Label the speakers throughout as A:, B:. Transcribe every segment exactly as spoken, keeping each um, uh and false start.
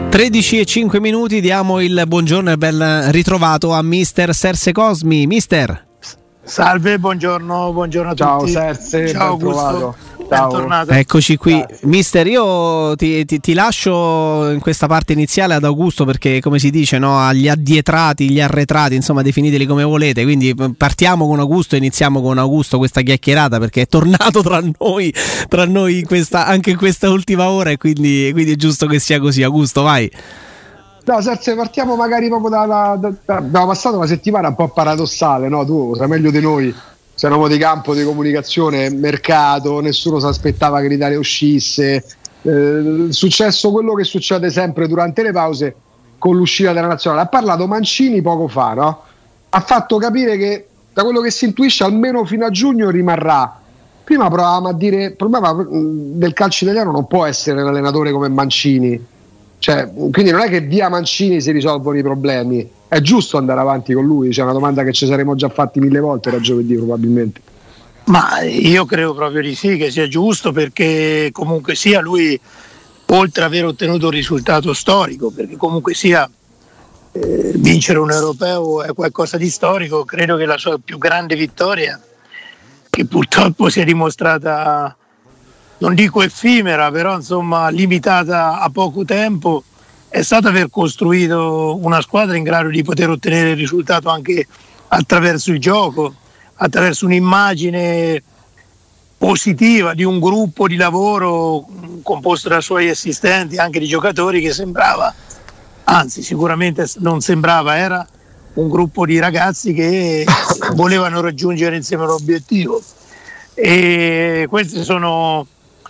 A: tredici e cinque minuti, diamo il buongiorno e ben ritrovato a mister Serse Cosmi. Mister.
B: Salve, buongiorno, buongiorno a
C: Ciao,
B: tutti.
C: Serse,
B: ciao
C: Augusto.
B: Bentornato.
A: Eccoci qui. Mister, io ti, ti, ti lascio in questa parte iniziale ad Augusto perché, come si dice, no, agli addietrati, gli arretrati, insomma, definiteli come volete. Quindi partiamo con Augusto e iniziamo con Augusto questa chiacchierata perché è tornato tra noi, tra noi in questa, anche in questa ultima ora e quindi, quindi è giusto che sia così. Augusto, vai.
C: No, Serse, partiamo magari proprio da, da, da, da abbiamo passato una settimana un po' paradossale, no? Tu sai meglio di noi, sei un uomo di campo, di comunicazione, mercato, nessuno si aspettava che l'Italia uscisse, eh, è successo quello che succede sempre durante le pause con l'uscita della nazionale. Ha parlato Mancini poco fa, no? Ha fatto capire che da quello che si intuisce almeno fino a giugno rimarrà. Prima provavamo a dire il problema del calcio italiano non può essere un allenatore come Mancini. Cioè, quindi non è che via Mancini si risolvono i problemi, è giusto andare avanti con lui? C'è una domanda che ci saremmo già fatti mille volte da giovedì probabilmente.
B: Ma io credo proprio di sì che sia giusto, perché comunque sia lui, oltre ad aver ottenuto un risultato storico, perché comunque sia eh, vincere un europeo è qualcosa di storico, credo che la sua più grande vittoria, che purtroppo si è dimostrata, non dico effimera, però insomma limitata a poco tempo, è stato aver costruito una squadra in grado di poter ottenere il risultato anche attraverso il gioco, attraverso un'immagine positiva di un gruppo di lavoro composto da suoi assistenti, anche di giocatori, che sembrava, anzi sicuramente non sembrava, era un gruppo di ragazzi che volevano raggiungere insieme l'obiettivo. E questi sono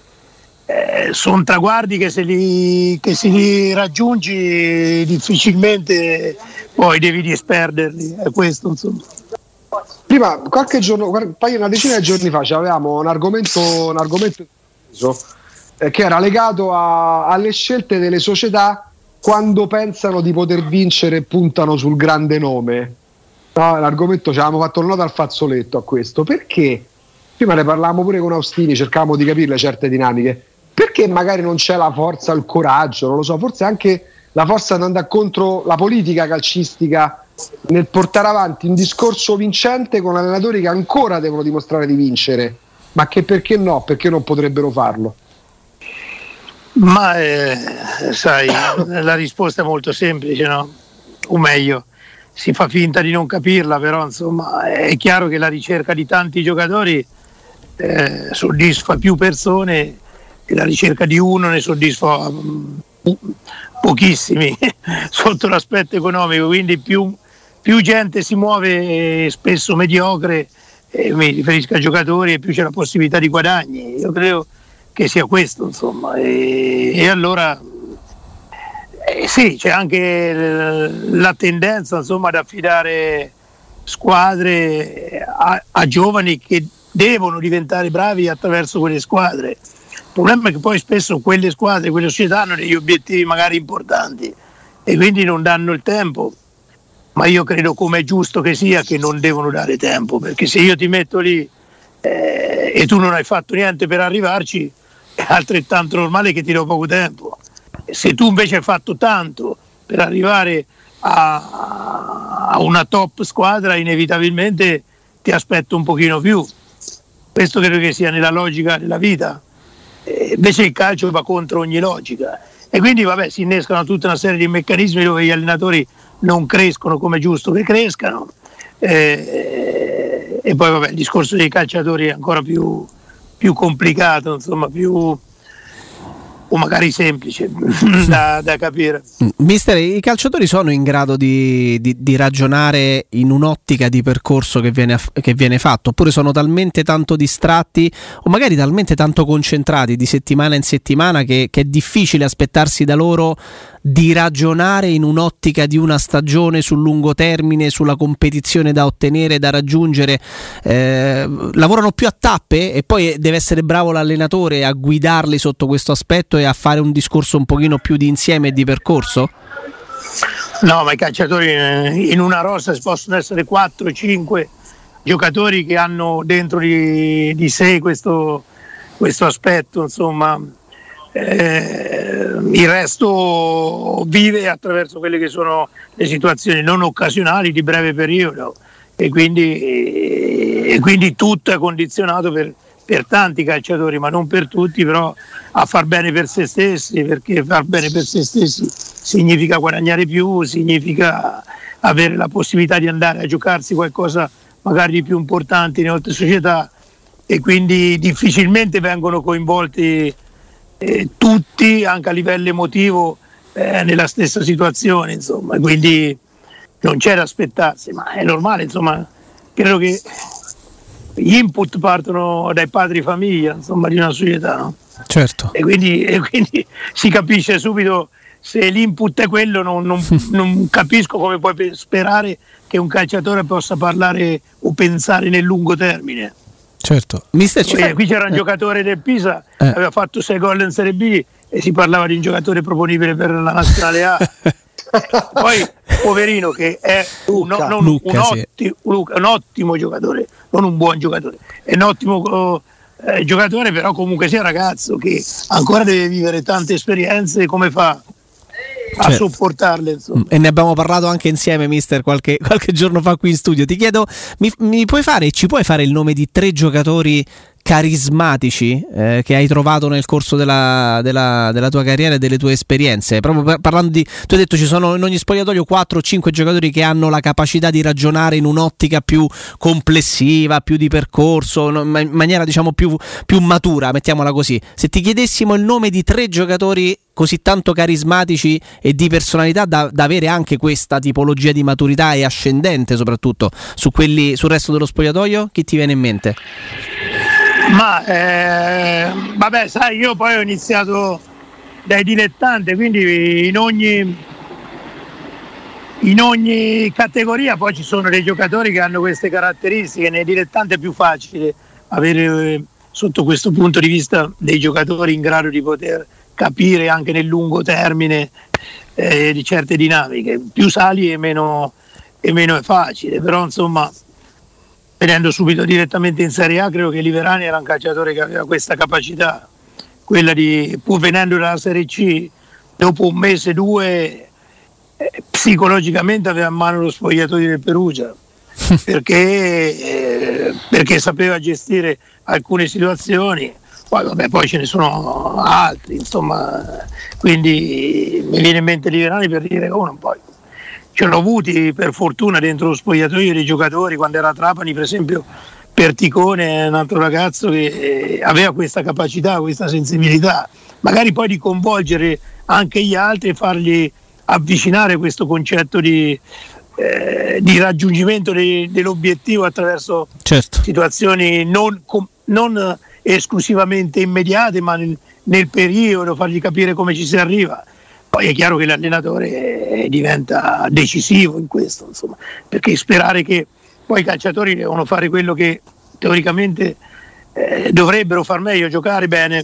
B: Eh, sono traguardi che se li, che se li raggiungi difficilmente poi devi disperderli, è questo insomma.
C: Prima, qualche giorno, una decina di giorni fa avevamo un argomento, un argomento eh, che era legato a, alle scelte delle società quando pensano di poter vincere e puntano sul grande nome. No, l'argomento ci avevamo fatto il nodo al fazzoletto a questo, perché prima ne parlavamo pure con Austini, cercavamo di capire certe dinamiche. Perché magari non c'è la forza, il coraggio, non lo so, forse anche la forza di andare contro la politica calcistica nel portare avanti un discorso vincente con allenatori che ancora devono dimostrare di vincere, ma che perché no? Perché non potrebbero farlo?
B: Ma eh, sai, la risposta è molto semplice, no? O meglio, si fa finta di non capirla, però insomma è chiaro che la ricerca di tanti giocatori eh, soddisfa più persone e la ricerca di uno ne soddisfa um, pochissimi sotto l'aspetto economico, quindi più, più gente si muove, spesso mediocre, eh, mi riferisco a giocatori, e più c'è la possibilità di guadagni. Io credo che sia questo insomma, e, e allora eh, sì, c'è anche la tendenza insomma ad affidare squadre a, a giovani che devono diventare bravi attraverso quelle squadre. Il problema è che poi spesso quelle squadre, quelle società hanno degli obiettivi magari importanti e quindi non danno il tempo, ma io credo, come è giusto che sia, che non devono dare tempo, perché se io ti metto lì eh, e tu non hai fatto niente per arrivarci, è altrettanto normale che ti do poco tempo. Se tu invece hai fatto tanto per arrivare a, a una top squadra, inevitabilmente ti aspetto un pochino più. Questo credo che sia nella logica della vita. Invece il calcio va contro ogni logica e quindi vabbè, si innescano tutta una serie di meccanismi dove gli allenatori non crescono come è giusto che crescano, eh, e poi vabbè, il discorso dei calciatori è ancora più, più complicato, insomma, più o magari semplice da, da capire.
A: Mister, i calciatori sono in grado di, di, di ragionare in un'ottica di percorso che viene, che viene fatto, oppure sono talmente tanto distratti o magari talmente tanto concentrati di settimana in settimana che, che è difficile aspettarsi da loro di ragionare in un'ottica di una stagione sul lungo termine, sulla competizione da ottenere, da raggiungere, eh, lavorano più a tappe e poi deve essere bravo l'allenatore a guidarli sotto questo aspetto e a fare un discorso un pochino più di insieme e di percorso?
B: No, ma i calciatori in una rosa possono essere quattro cinque giocatori che hanno dentro di, di sé questo, questo aspetto, insomma. eh, il resto vive attraverso quelle che sono le situazioni non occasionali di breve periodo, e quindi, e quindi tutto è condizionato per, per tanti calciatori, ma non per tutti, però a far bene per se stessi, perché far bene per se stessi significa guadagnare più, significa avere la possibilità di andare a giocarsi qualcosa magari di più importante in altre società, e quindi difficilmente vengono coinvolti eh, tutti anche a livello emotivo eh, nella stessa situazione, insomma, quindi non c'è da aspettarsi, ma è normale, insomma, credo che gli input partono dai padri famiglia, insomma, di una società, no?
A: Certo.
B: E quindi, e quindi si capisce subito. Se l'input è quello, non, non, non capisco come puoi sperare che un calciatore possa parlare o pensare nel lungo termine.
A: Certo. Mister, ci
B: Poi,
A: fa...
B: qui c'era un
A: eh.
B: giocatore del Pisa,
A: eh.
B: aveva fatto sei gol in Serie B e si parlava di un giocatore proponibile per la nazionale A. Poi poverino, che è un,
C: Luca.
B: non,
A: Luca,
B: un,
A: sì.
B: otti, Luca, un ottimo giocatore, non un buon giocatore, è un ottimo eh, giocatore, però comunque sia un ragazzo che ancora deve vivere tante esperienze. Come fa a
A: Certo.
B: sopportarle, insomma.
A: E ne abbiamo parlato anche insieme, mister, qualche, qualche giorno fa qui in studio. Ti chiedo, mi, mi puoi fare, ci puoi fare il nome di tre giocatori carismatici eh, che hai trovato nel corso della, della, della tua carriera e delle tue esperienze? Proprio par- parlando di, tu hai detto ci sono in ogni spogliatoio quattro o cinque giocatori che hanno la capacità di ragionare in un'ottica più complessiva, più di percorso, in maniera diciamo più, più matura, mettiamola così. Se ti chiedessimo il nome di tre giocatori così tanto carismatici e di personalità da, da avere anche questa tipologia di maturità e ascendente soprattutto su quelli, sul resto dello spogliatoio, chi ti viene in mente?
B: Ma eh, vabbè, sai, io poi ho iniziato dai dilettanti, quindi in ogni in ogni categoria poi ci sono dei giocatori che hanno queste caratteristiche. Nei dilettanti è più facile avere eh, sotto questo punto di vista dei giocatori in grado di poter capire anche nel lungo termine eh, di certe dinamiche. Più sali e meno, e meno è facile, però insomma, venendo subito direttamente in Serie A, credo che Liverani era un calciatore che aveva questa capacità, quella di, pur venendo dalla Serie C, dopo un mese, due, eh, psicologicamente aveva in mano lo spogliatoio del Perugia, perché, eh, perché sapeva gestire alcune situazioni. Poi, vabbè, poi ce ne sono altri, insomma, quindi mi viene in mente Liverani per dire uno. Poi ce l'ho avuti per fortuna dentro lo spogliatoio dei giocatori, quando era a Trapani per esempio Perticone è un altro ragazzo che aveva questa capacità, questa sensibilità, magari poi di coinvolgere anche gli altri e fargli avvicinare questo concetto di, eh, di raggiungimento de, dell'obiettivo attraverso
A: certo.
B: situazioni non, non esclusivamente immediate, ma nel, nel periodo, fargli capire come ci si arriva. Poi è chiaro che l'allenatore diventa decisivo in questo, insomma, perché sperare che poi i calciatori devono fare quello che teoricamente eh, dovrebbero far meglio, giocare bene,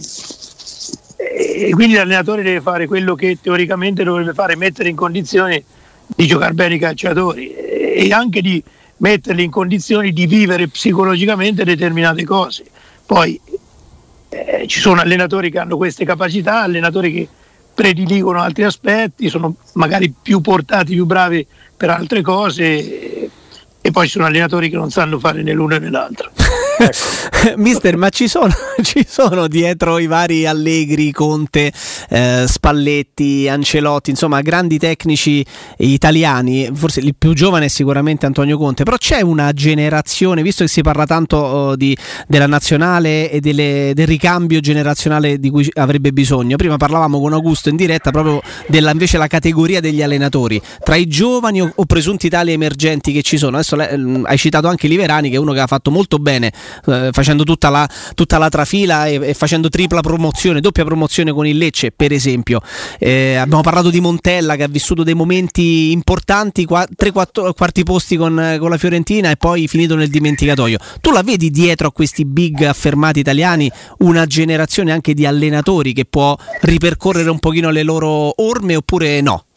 B: e quindi l'allenatore deve fare quello che teoricamente dovrebbe fare, mettere in condizioni di giocare bene i calciatori e anche di metterli in condizioni di vivere psicologicamente determinate cose. Poi eh, ci sono allenatori che hanno queste capacità, allenatori che prediligono altri aspetti, sono magari più portati, più bravi per altre cose, e, e poi ci sono allenatori che non sanno fare né l'uno né l'altro.
A: Ecco. Mister, ma ci sono, ci sono dietro i vari Allegri, Conte, eh, Spalletti, Ancelotti, insomma grandi tecnici italiani, forse il più giovane è sicuramente Antonio Conte, però c'è una generazione, visto che si parla tanto oh, di, della nazionale e delle, del ricambio generazionale di cui avrebbe bisogno. Prima parlavamo con Augusto in diretta proprio della invece la categoria degli allenatori, tra i giovani o, o presunti tali emergenti che ci sono. Adesso eh, hai citato anche Liverani, che è uno che ha fatto molto bene, eh, facendo tutta la, tutta la trafila e, e facendo tripla promozione, doppia promozione con il Lecce per esempio. Eh, abbiamo parlato di Montella, che ha vissuto dei momenti importanti, tre quarti posti con, con la Fiorentina e poi finito nel dimenticatoio. Tu la vedi dietro a questi big affermati italiani una generazione anche di allenatori che può ripercorrere un pochino le loro orme, oppure no?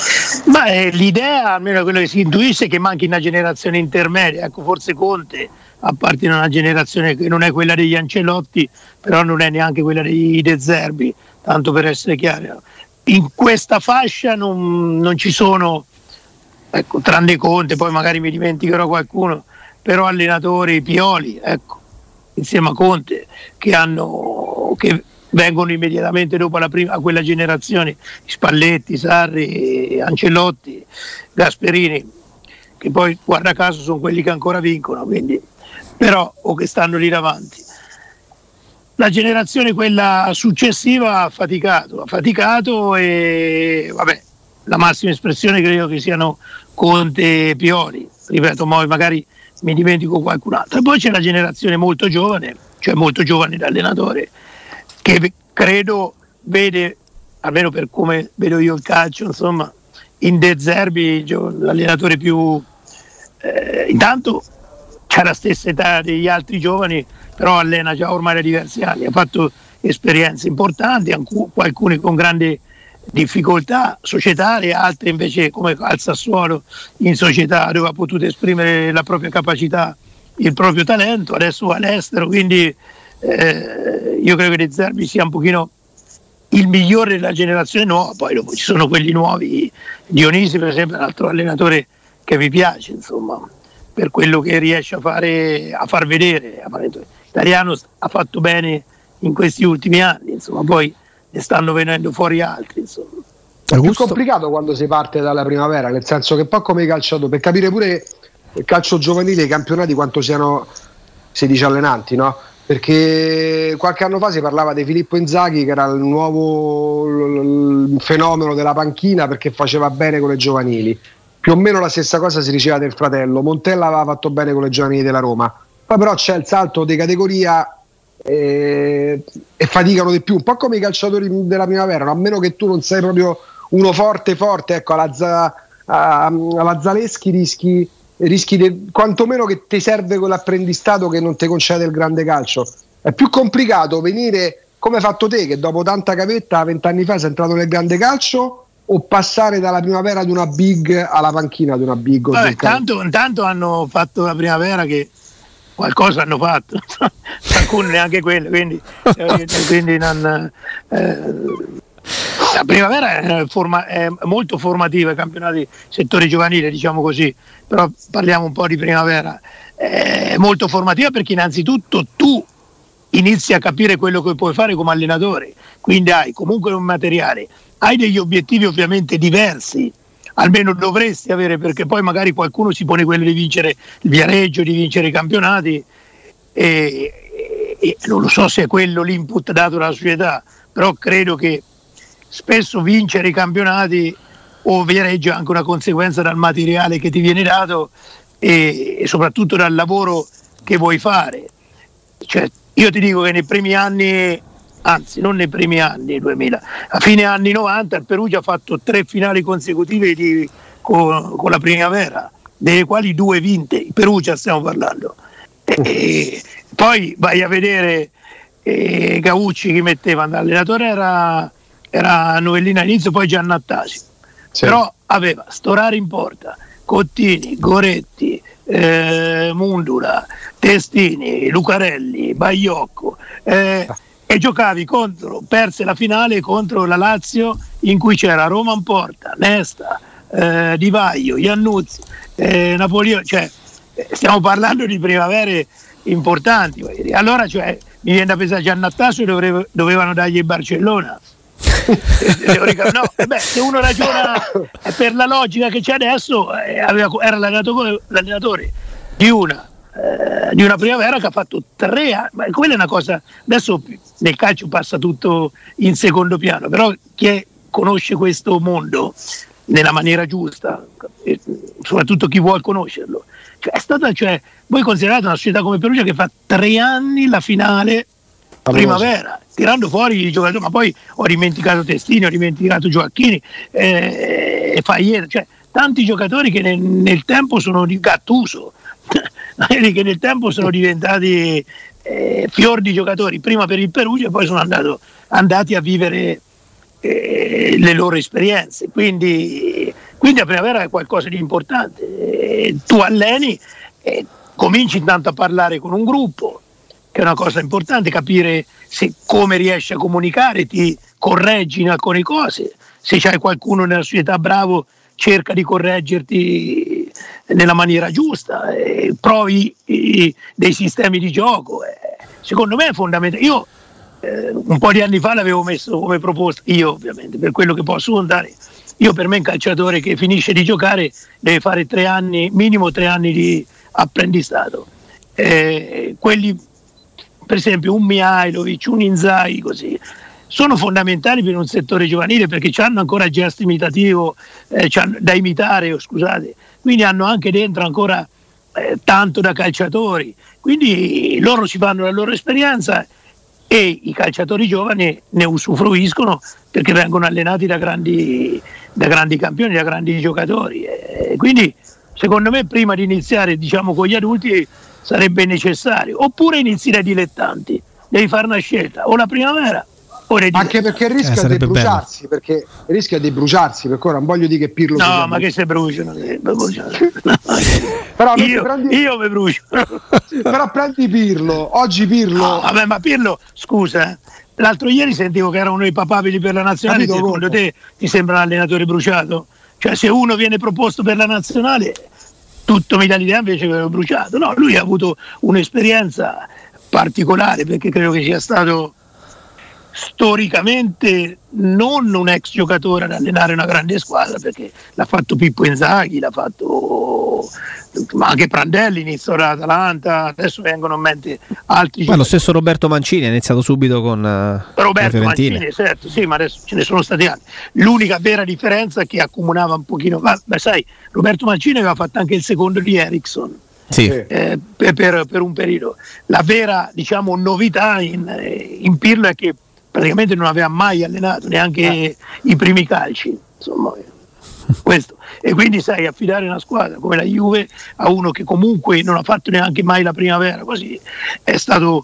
B: Ma eh, l'idea, almeno quello che si intuisce, è che manchi una generazione intermedia. Ecco, forse Conte appartiene a una generazione che non è quella degli Ancelotti, però non è neanche quella dei De Zerbi, tanto per essere chiari. In questa fascia non, non ci sono, ecco, tranne Conte, poi magari mi dimenticherò qualcuno, però allenatori Pioli, ecco, insieme a Conte, che hanno che vengono immediatamente dopo la prima, a quella generazione, Spalletti, Sarri, Ancelotti, Gasperini, che poi guarda caso sono quelli che ancora vincono, quindi, però, o che stanno lì davanti. La generazione quella successiva ha faticato, ha faticato e vabbè, la massima espressione credo che siano Conte e Pioli, ripeto, magari mi dimentico qualcun altro. E poi c'è la generazione molto giovane, cioè molto giovane da allenatore, che credo vede, almeno per come vedo io il calcio, insomma, in De Zerbi l'allenatore più eh, intanto c'ha la stessa età degli altri giovani, però allena già ormai da diversi anni, ha fatto esperienze importanti, alcune con grande difficoltà societarie, altre invece come al Sassuolo in società dove ha potuto esprimere la propria capacità, il proprio talento, adesso va all'estero, quindi eh, io credo che De Zerbi sia un pochino il migliore della generazione nuova. Poi dopo ci sono quelli nuovi, Dionisi per esempio è un altro allenatore che mi piace, insomma, per quello che riesce a fare, a far vedere. L'italiano ha fatto bene in questi ultimi anni, insomma, poi ne stanno venendo fuori altri, insomma.
C: È più complicato quando si parte dalla primavera, nel senso che poi come calciato, per capire pure il calcio giovanile, i campionati quanto siano, si dice, allenanti, no? Perché qualche anno fa si parlava di Filippo Inzaghi, che era il nuovo il fenomeno della panchina perché faceva bene con le giovanili. Più o meno la stessa cosa si diceva del fratello. Montella aveva fatto bene con le giovanili della Roma, poi però c'è il salto di categoria e, e faticano di più, un po' come i calciatori della primavera, no? A meno che tu non sei proprio uno forte forte, ecco, alla, Z- alla Zaleschi rischi rischi de, quantomeno che ti serve quell'apprendistato che non ti concede il grande calcio. È più complicato venire come hai fatto te, che dopo tanta cavetta vent'anni fa sei entrato nel grande calcio, o passare dalla primavera di una big alla panchina di una big.
B: Vabbè, tanto, intanto hanno fatto la primavera che qualcosa hanno fatto, alcuni neanche quello, quindi, quindi non, eh, la primavera è, forma, è molto formativa, i campionati settori giovanile, diciamo così, però parliamo un po' di primavera, è molto formativa perché innanzitutto tu inizi a capire quello che puoi fare come allenatore, quindi hai comunque un materiale, hai degli obiettivi ovviamente diversi, almeno dovresti avere, perché poi magari qualcuno si pone quello di vincere il Viareggio, di vincere i campionati e, e, e non lo so se è quello l'input dato dalla società, però credo che spesso vincere i campionati o Viareggio è anche una conseguenza dal materiale che ti viene dato e, e soprattutto dal lavoro che vuoi fare. Cioè, io ti dico che nei primi anni, anzi non nei primi anni duemila, a fine anni novanta il Perugia ha fatto tre finali consecutive di, con, con la primavera, delle quali due vinte, il Perugia stiamo parlando, e, e poi vai a vedere eh, Gaucci chi metteva, l'allenatore era, era Novellina all'inizio, poi Giannattasi, sì. Però aveva Storari in porta, Cottini, Goretti, eh, Mundula, Testini, Lucarelli, Baiocco, eh, e giocavi contro, perse la finale contro la Lazio in cui c'era Roma in porta, Nesta, eh, Di Vaio, Iannuzzi, eh, Napoleone, cioè stiamo parlando di primavere importanti. Allora, cioè, mi viene da pensare, Giannattasio doveva, dovevano dargli il Barcellona. No, eh beh, se uno ragiona per la logica che c'è adesso, eh, aveva, era l'allenatore, l'allenatore di una eh, di una primavera che ha fatto tre anni, ma quella è una cosa, adesso nel calcio passa tutto in secondo piano, però chi è, conosce questo mondo nella maniera giusta, e soprattutto chi vuole conoscerlo, cioè, è stata, cioè, voi considerate una società come Perugia che fa tre anni la finale primavera, tirando fuori i giocatori, ma poi ho dimenticato Testini, ho dimenticato Gioacchini, eh, e Faier, cioè tanti giocatori che nel, nel tempo sono di Gattuso, che nel tempo sono diventati eh, fior di giocatori, prima per il Perugia e poi sono andato, andati a vivere eh, le loro esperienze, quindi, quindi la primavera è qualcosa di importante, eh, tu alleni, eh, cominci intanto a parlare con un gruppo, che è una cosa importante, capire se, come riesci a comunicare, ti correggi in alcune cose, se c'hai qualcuno nella società bravo cerca di correggerti nella maniera giusta, eh, provi eh, dei sistemi di gioco, eh, secondo me è fondamentale. Io eh, un po' di anni fa l'avevo messo come proposta, io ovviamente per quello che posso contare, io per me un calciatore che finisce di giocare deve fare tre anni, minimo tre anni di apprendistato, eh, quelli per esempio un Mihajlovic, un Inzaghi, così sono fondamentali per un settore giovanile perché hanno ancora il gesto imitativo eh, da imitare, oh, scusate, quindi hanno anche dentro ancora eh, tanto da calciatori, quindi loro ci fanno la loro esperienza e i calciatori giovani ne usufruiscono perché vengono allenati da grandi, da grandi campioni, da grandi giocatori, e quindi secondo me prima di iniziare, diciamo, con gli adulti sarebbe necessario, oppure inizi dai dilettanti, devi fare una scelta, o la primavera.
C: Anche perché rischia eh, di bruciarsi, bello. perché rischia di bruciarsi, perché ora non voglio dire che Pirlo.
B: No, ma che se bruciano, bruciano.
C: Però
B: io,
C: prendi...
B: io mi brucio.
C: Però prendi Pirlo, oggi Pirlo.
B: No, vabbè, ma Pirlo, scusa, eh, l'altro ieri sentivo che era uno dei papabili per la nazionale. Capito, secondo te ti sembra un allenatore bruciato? Cioè, se uno viene proposto per la nazionale, tutto mi dà l'idea invece che era bruciato. No, lui ha avuto un'esperienza particolare perché credo che sia stato storicamente non un ex giocatore ad allenare una grande squadra, perché l'ha fatto Pippo Inzaghi, l'ha fatto ma anche Prandelli, iniziò dall'Atalanta, adesso vengono in mente altri.
A: Ma lo stesso Roberto Mancini ha iniziato subito con uh,
B: Roberto Mancini, certo, sì, ma adesso ce ne sono stati altri. L'unica vera differenza è che accomunava un pochino, ma, ma sai, Roberto Mancini aveva fatto anche il secondo di Eriksson.
A: Sì.
B: Eh, per, per, per un periodo. La vera, diciamo, novità in, in Pirlo è che praticamente non aveva mai allenato neanche eh. i primi calci, insomma, questo. E quindi sai, affidare una squadra come la Juve a uno che comunque non ha fatto neanche mai la primavera, così è stato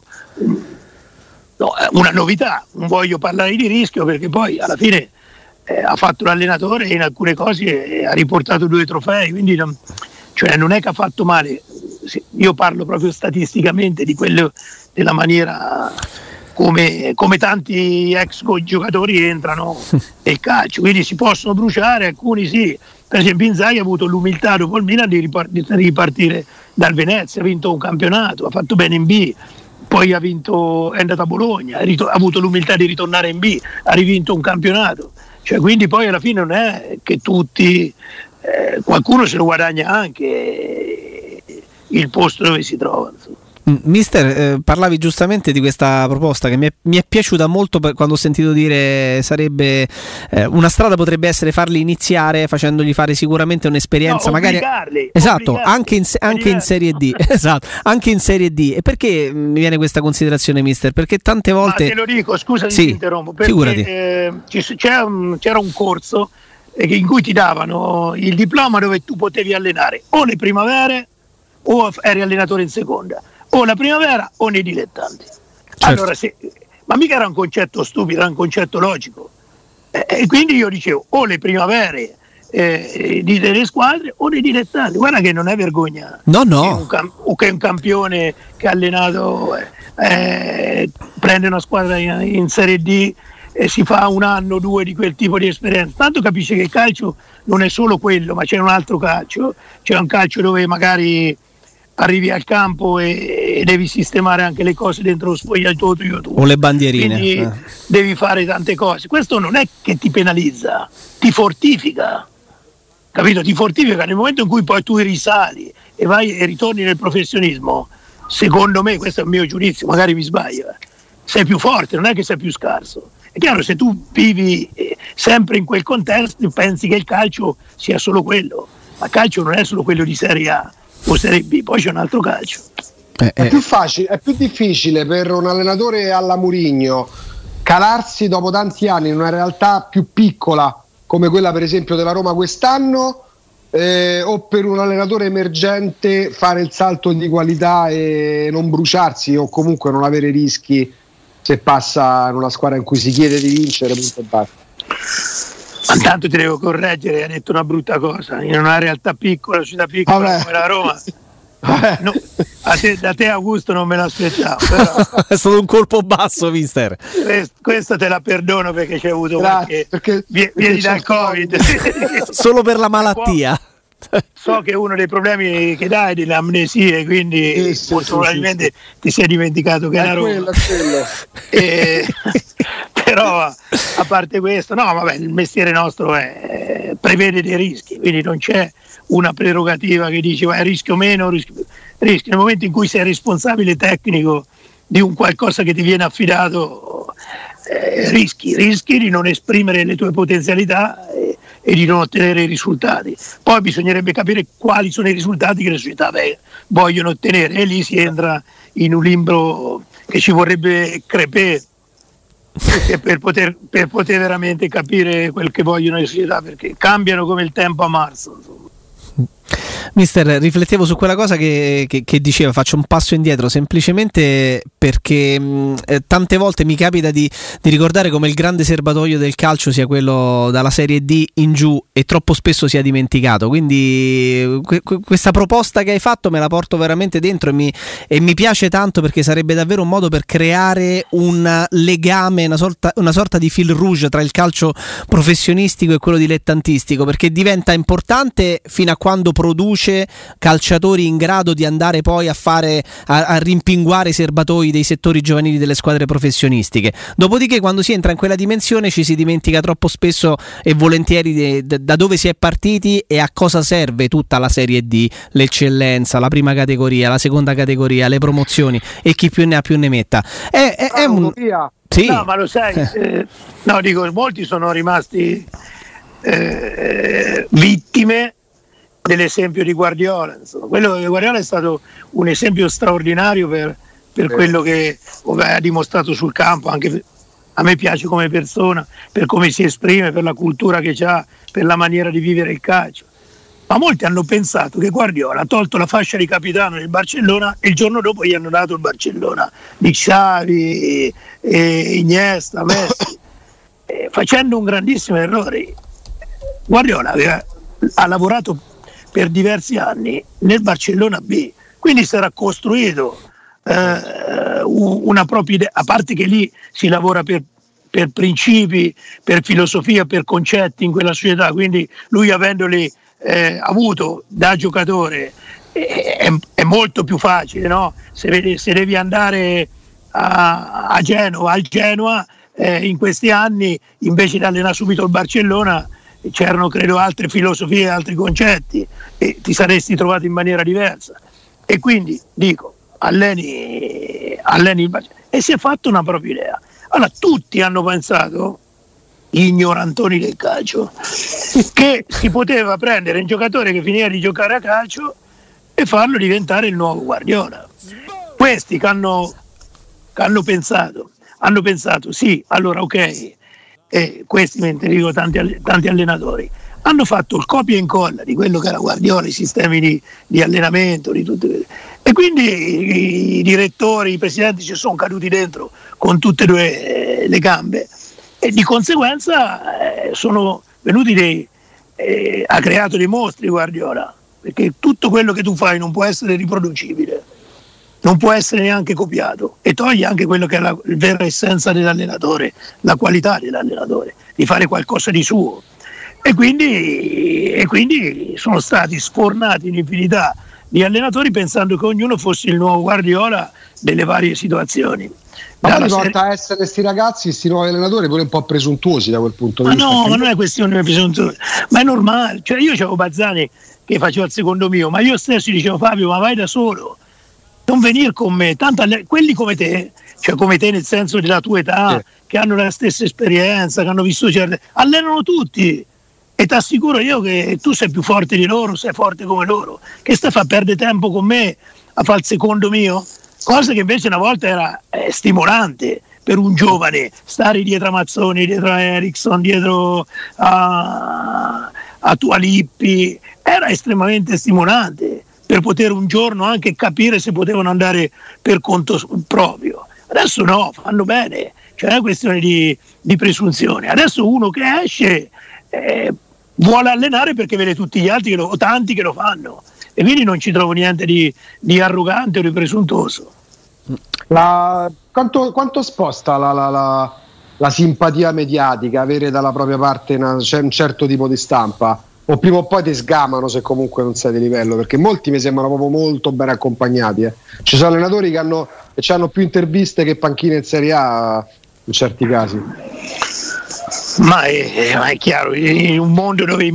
B: no, una novità. Non voglio parlare di rischio perché poi alla fine eh, ha fatto l'allenatore e in alcune cose eh, ha riportato due trofei, quindi non, cioè non è che ha fatto male. Io parlo proprio statisticamente di quello, della maniera come, come tanti ex giocatori entrano nel calcio, quindi si possono bruciare, alcuni sì. Per esempio Inzaghi ha avuto l'umiltà dopo il Milan di ripartire dal Venezia, ha vinto un campionato, ha fatto bene in B, poi ha vinto, è andato a Bologna, ha, rit- ha avuto l'umiltà di ritornare in B, ha rivinto un campionato, cioè, quindi poi alla fine non è che tutti, eh, qualcuno se lo guadagna anche il posto dove si trova, insomma.
A: Mister, eh, parlavi giustamente di questa proposta che mi è, mi è piaciuta molto per, quando ho sentito dire sarebbe eh, una strada potrebbe essere farli iniziare facendogli fare sicuramente un'esperienza,
B: no,
A: magari esatto,
B: obbligarli.
A: anche in, anche in Serie D. Esatto, anche in Serie D. E perché mi viene questa considerazione, mister? Perché tante volte
B: Ma te lo dico, scusa
A: sì,
B: ti interrompo, perché eh, c'era, un, c'era un corso eh, in cui ti davano il diploma dove tu potevi allenare o le primavere o eri allenatore in seconda, o la primavera o nei dilettanti. Certo. Allora, se, ma mica era un concetto stupido, era un concetto logico. Eh, e quindi io dicevo o le primavere eh, di delle squadre o nei dilettanti. Guarda che non è vergogna.
A: No, no.
B: Che un, cam- o che un campione che ha allenato eh, eh, prende una squadra in, in Serie D e si fa un anno o due di quel tipo di esperienza. Tanto capisce che il calcio non è solo quello, ma c'è un altro calcio. C'è un calcio dove magari arrivi al campo e, e devi sistemare anche le cose dentro lo spogliatoio
A: o le bandierine,
B: quindi
A: eh.
B: devi fare tante cose. Questo non è che ti penalizza, ti fortifica, capito? Ti fortifica nel momento in cui poi tu risali e vai e ritorni nel professionismo. Secondo me, questo è il mio giudizio, magari mi sbaglio, eh. sei più forte, non è che sei più scarso. È chiaro, se tu vivi eh, sempre in quel contesto pensi che il calcio sia solo quello, ma il calcio non è solo quello di Serie A o Serie B, poi c'è un altro calcio.
C: Eh, eh. È più facile, è più difficile per un allenatore alla Mourinho calarsi dopo tanti anni in una realtà più piccola come quella per esempio della Roma quest'anno, eh, o per un allenatore emergente fare il salto di qualità e non bruciarsi o comunque non avere rischi se passa in una squadra in cui si chiede di vincere, punto e basta.
B: Ma intanto ti devo correggere, hai detto una brutta cosa. In una realtà piccola, città piccola Vabbè. come la Roma No, a te, da te Augusto non me l'aspettavo, però
A: è stato un colpo basso, mister.
B: Questo, questo te la perdono perché c'è avuto
C: Grazie,
B: qualche
C: perché,
B: vieni
C: perché
B: dal Covid.
A: Solo per la malattia.
B: So che uno dei problemi che dai è delle amnesie, quindi
C: sì, sì,
B: molto
C: sì,
B: probabilmente
C: sì, sì.
B: ti sei dimenticato che
C: È
B: era Roma.
C: quello, è quello.
B: E, però a parte questo, no, vabbè, il mestiere nostro è, prevede dei rischi, quindi non c'è una prerogativa che dice vai, rischio meno, rischio, rischio. Nel momento in cui sei responsabile tecnico di un qualcosa che ti viene affidato, eh, rischi, rischi di non esprimere le tue potenzialità e, e di non ottenere i risultati. Poi bisognerebbe capire quali sono i risultati che le società beh, vogliono ottenere e lì si entra in un limbo che ci vorrebbe crepere per poter, per poter veramente capire quel che vogliono le società, perché cambiano come il tempo a marzo, insomma.
A: Mister, riflettevo su quella cosa che, che, che diceva, faccio un passo indietro semplicemente perché mh, eh, tante volte mi capita di, di ricordare come il grande serbatoio del calcio sia quello dalla Serie D in giù e troppo spesso sia dimenticato, quindi que, que, questa proposta che hai fatto me la porto veramente dentro e mi, e mi piace tanto perché sarebbe davvero un modo per creare un legame, una sorta, una sorta di fil rouge tra il calcio professionistico e quello dilettantistico, perché diventa importante fino a quando produce calciatori in grado di andare poi a fare a, a rimpinguare i serbatoi dei settori giovanili delle squadre professionistiche. Dopodiché quando si entra in quella dimensione ci si dimentica troppo spesso e volentieri de, de, da dove si è partiti e a cosa serve tutta la Serie D, l'eccellenza, la prima categoria, la seconda categoria, le promozioni e chi più ne ha più ne metta. È, è, è un... Sì.
B: No, ma lo sai, eh, no, dico, molti sono rimasti eh, vittime dell'esempio di Guardiola. Insomma. Quello di Guardiola è stato un esempio straordinario per, per quello che ha dimostrato sul campo, anche a me piace come persona, per come si esprime, per la cultura che ha, per la maniera di vivere il calcio. Ma molti hanno pensato che Guardiola ha tolto la fascia di capitano del Barcellona e il giorno dopo gli hanno dato il Barcellona di Xavi, e Iniesta, Messi, e facendo un grandissimo errore. Guardiola aveva, ha lavorato per diversi anni nel Barcellona B, quindi si era costruito eh, una propria idea, a parte che lì si lavora per, per principi, per filosofia, per concetti in quella società, quindi lui avendoli eh, avuto da giocatore eh, è, è molto più facile, no? Se, vede, se devi andare a, a Genova, al Genoa eh, in questi anni invece di allenare subito il Barcellona c'erano credo altre filosofie, altri concetti e ti saresti trovato in maniera diversa, e quindi dico alleni, alleni il Barcellona e si è fatto una propria idea. Allora tutti hanno pensato, gli ignorantoni del calcio, che si poteva prendere un giocatore che finiva di giocare a calcio e farlo diventare il nuovo Guardiola. Questi che hanno, che hanno pensato hanno pensato sì, allora ok, e questi, mentre dico tanti, tanti allenatori, hanno fatto il copia e incolla di quello che era Guardiola, i sistemi di, di allenamento, di tutte, e quindi i, i direttori, i presidenti ci sono caduti dentro con tutte e due eh, le gambe e di conseguenza eh, sono venuti dei, eh, ha creato dei mostri Guardiola, perché tutto quello che tu fai non può essere riproducibile, non può essere neanche copiato, e toglie anche quello che è la vera essenza dell'allenatore, la qualità dell'allenatore, di fare qualcosa di suo. E quindi, e quindi sono stati sfornati in infinità di allenatori pensando che ognuno fosse il nuovo Guardiola delle varie situazioni.
C: Ma poi porta serie... a essere questi ragazzi, questi nuovi allenatori pure un po' presuntuosi da quel punto di
B: ma
C: vista.
B: No, ma non è questione di presuntuosi, ma è normale. Cioè io c'avevo Bazzani che faceva il secondo mio, ma io stesso dicevo Fabio, ma vai da solo, non venire con me, tanto alle... quelli come te, cioè come te nel senso della tua età, sì, che hanno la stessa esperienza, che hanno vissuto certe, allenano tutti e ti assicuro io che tu sei più forte di loro, sei forte come loro, che stai a far perdere tempo con me a fare il secondo mio, cosa che invece una volta era eh, stimolante per un giovane, stare dietro a Mazzoni, dietro a Eriksson, dietro a, a Tualippi, era estremamente stimolante per poter un giorno anche capire se potevano andare per conto proprio. Adesso no, fanno bene, cioè è una questione di, di presunzione. Adesso uno che esce eh, vuole allenare perché vede tutti gli altri che lo, o tanti che lo fanno, e quindi non ci trovo niente di, di arrogante o di presuntuoso.
C: La, quanto, quanto sposta la, la, la, la simpatia mediatica avere dalla propria parte una, c'è un certo tipo di stampa, o prima o poi ti sgamano se comunque non sei di livello? Perché molti mi sembrano proprio molto ben accompagnati, eh. Ci sono allenatori che hanno, che hanno più interviste che panchine in Serie A in certi casi.
B: Ma è, ma è chiaro, in un mondo dove i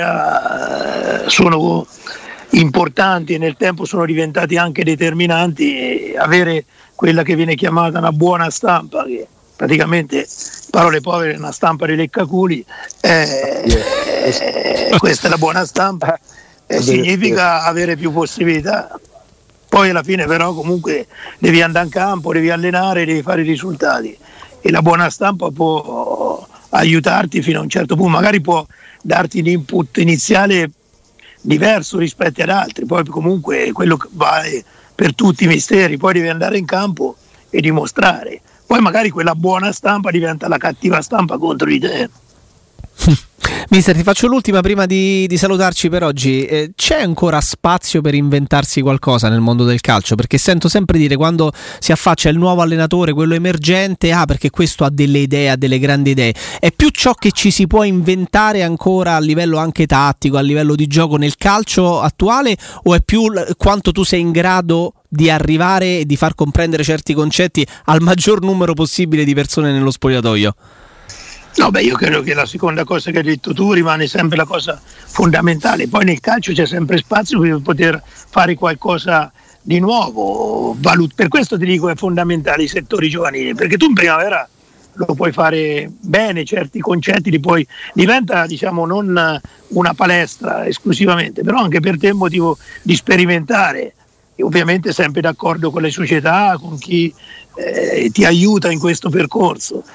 B: media sono importanti e nel tempo sono diventati anche determinanti, avere quella che viene chiamata una buona stampa, che praticamente, parole povere, una stampa di leccaculi, eh, eh, questa è la buona stampa, eh, significa avere più possibilità. Poi alla fine però comunque devi andare in campo, devi allenare, devi fare i risultati, e la buona stampa può aiutarti fino a un certo punto, magari può darti un input iniziale diverso rispetto ad altri, poi comunque quello che vale per tutti i misteri, poi devi andare in campo e dimostrare, poi magari quella buona stampa diventa la cattiva stampa contro di te.
A: Mister, ti faccio l'ultima prima di, di salutarci per oggi. Eh, c'è ancora spazio per inventarsi qualcosa nel mondo del calcio? Perché sento sempre dire, quando si affaccia il nuovo allenatore, quello emergente, ah, perché questo ha delle idee, ha delle grandi idee. È più ciò che ci si può inventare ancora a livello anche tattico, a livello di gioco nel calcio attuale, o è più l- quanto tu sei in grado di arrivare e di far comprendere certi concetti al maggior numero possibile di persone nello spogliatoio?
B: No, beh, io credo che la seconda cosa che hai detto tu rimane sempre la cosa fondamentale. Poi nel calcio c'è sempre spazio per poter fare qualcosa di nuovo. Valut- per questo ti dico è fondamentale i settori giovanili, perché tu in primavera lo puoi fare bene, certi concetti li puoi, diventa, diciamo, non una palestra esclusivamente, però anche per te è un motivo di sperimentare, e ovviamente sempre d'accordo con le società, con chi eh, ti aiuta in questo percorso.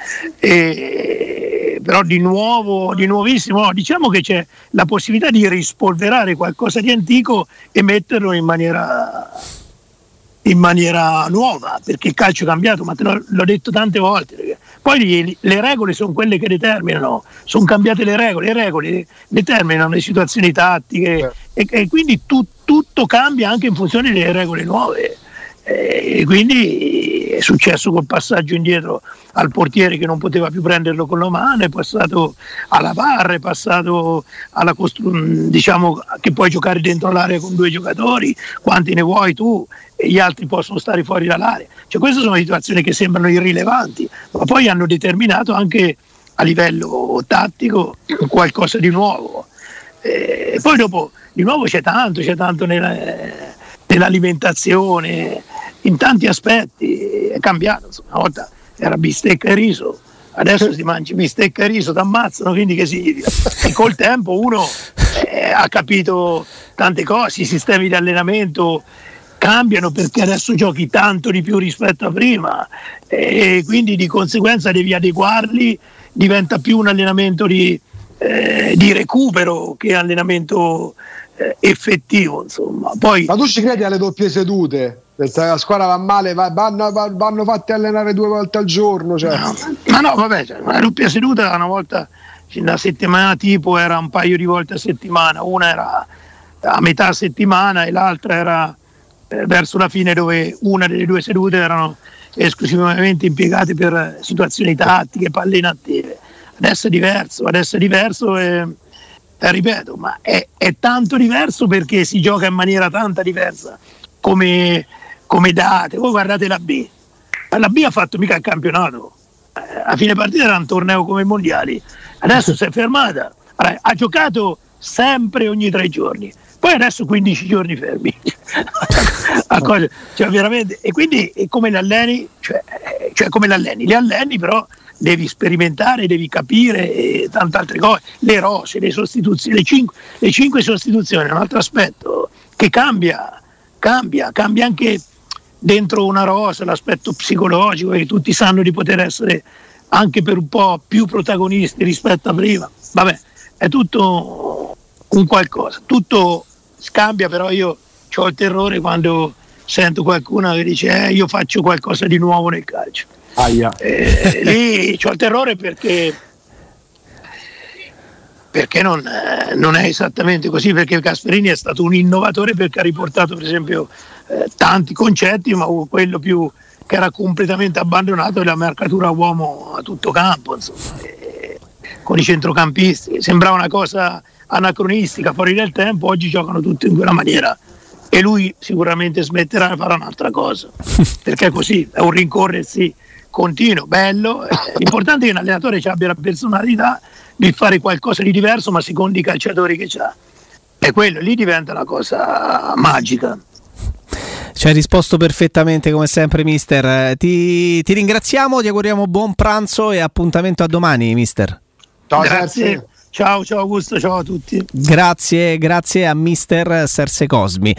B: E, però di nuovo, di nuovissimo, no, diciamo che c'è la possibilità di rispolverare qualcosa di antico e metterlo in maniera in maniera nuova, perché il calcio è cambiato, ma te l'ho, l'ho detto tante volte. Poi le regole sono quelle che determinano, sono cambiate le regole, le regole determinano le situazioni tattiche, e, e quindi tu, tutto cambia anche in funzione delle regole nuove. E quindi è successo col passaggio indietro al portiere che non poteva più prenderlo con la mano, è passato alla V A R, è passato alla costru- diciamo che puoi giocare dentro l'area con due giocatori, quanti ne vuoi tu, e gli altri possono stare fuori dall'area. Cioè, queste sono situazioni che sembrano irrilevanti, ma poi hanno determinato anche a livello tattico qualcosa di nuovo. E poi dopo di nuovo c'è tanto, c'è tanto nella, nell'alimentazione, in tanti aspetti è cambiato. Insomma, una volta era bistecca e riso, adesso si mangi bistecca e riso, ti ammazzano, quindi che significa? E col tempo uno eh, ha capito tante cose, i sistemi di allenamento cambiano perché adesso giochi tanto di più rispetto a prima, e quindi di conseguenza devi adeguarli, diventa più un allenamento di, eh, di recupero che allenamento eh, effettivo, insomma. Poi,
C: ma tu ci credi alle doppie sedute? La squadra va male, va, vanno, vanno fatti allenare due volte al giorno, cioè.
B: No, ma no, vabbè, cioè, la doppia seduta una volta, la settimana tipo era un paio di volte a settimana, una era a metà settimana e l'altra era eh, verso la fine, dove una delle due sedute erano esclusivamente impiegate per situazioni tattiche, palle inattive. Adesso è diverso, adesso è diverso e, e ripeto, ma è, è tanto diverso perché si gioca in maniera tanta diversa come, come date. Voi guardate la B, la B ha fatto mica il campionato, a fine partita era un torneo come i mondiali, adesso si è fermata, allora, ha giocato sempre ogni tre giorni, poi adesso quindici giorni fermi. A cosa, cioè veramente, e quindi è come le alleni, cioè, cioè come le alleni, le alleni però devi sperimentare, devi capire e tante altre cose, le rose, le sostituzioni, le cinque, le cinque sostituzioni è un altro aspetto che cambia, cambia, cambia anche dentro una rosa l'aspetto psicologico, che tutti sanno di poter essere anche per un po' più protagonisti rispetto a prima. Vabbè, è tutto un qualcosa, tutto scambia, però io ho il terrore quando sento qualcuno che dice eh, io faccio qualcosa di nuovo nel calcio.
C: Aia.
B: Eh, lì ho il terrore perché perché non, eh, non è esattamente così, perché Gasperini è stato un innovatore perché ha riportato per esempio eh, tanti concetti, ma quello più che era completamente abbandonato è la marcatura uomo a tutto campo, insomma, e, con i centrocampisti, sembrava una cosa anacronistica, fuori del tempo. Oggi giocano tutti in quella maniera e lui sicuramente smetterà e farà un'altra cosa, perché è così, è un rincorrersi continuo, bello. L'importante è che un allenatore abbia la personalità di fare qualcosa di diverso, ma secondo i calciatori che c'ha, e quello lì diventa una cosa magica.
A: Ci hai risposto perfettamente come sempre, mister. Ti, ti ringraziamo, ti auguriamo buon pranzo e appuntamento a domani, mister.
B: Ciao, grazie. Ciao, ciao Augusto, ciao a tutti.
A: Grazie, grazie a mister Serse Cosmi.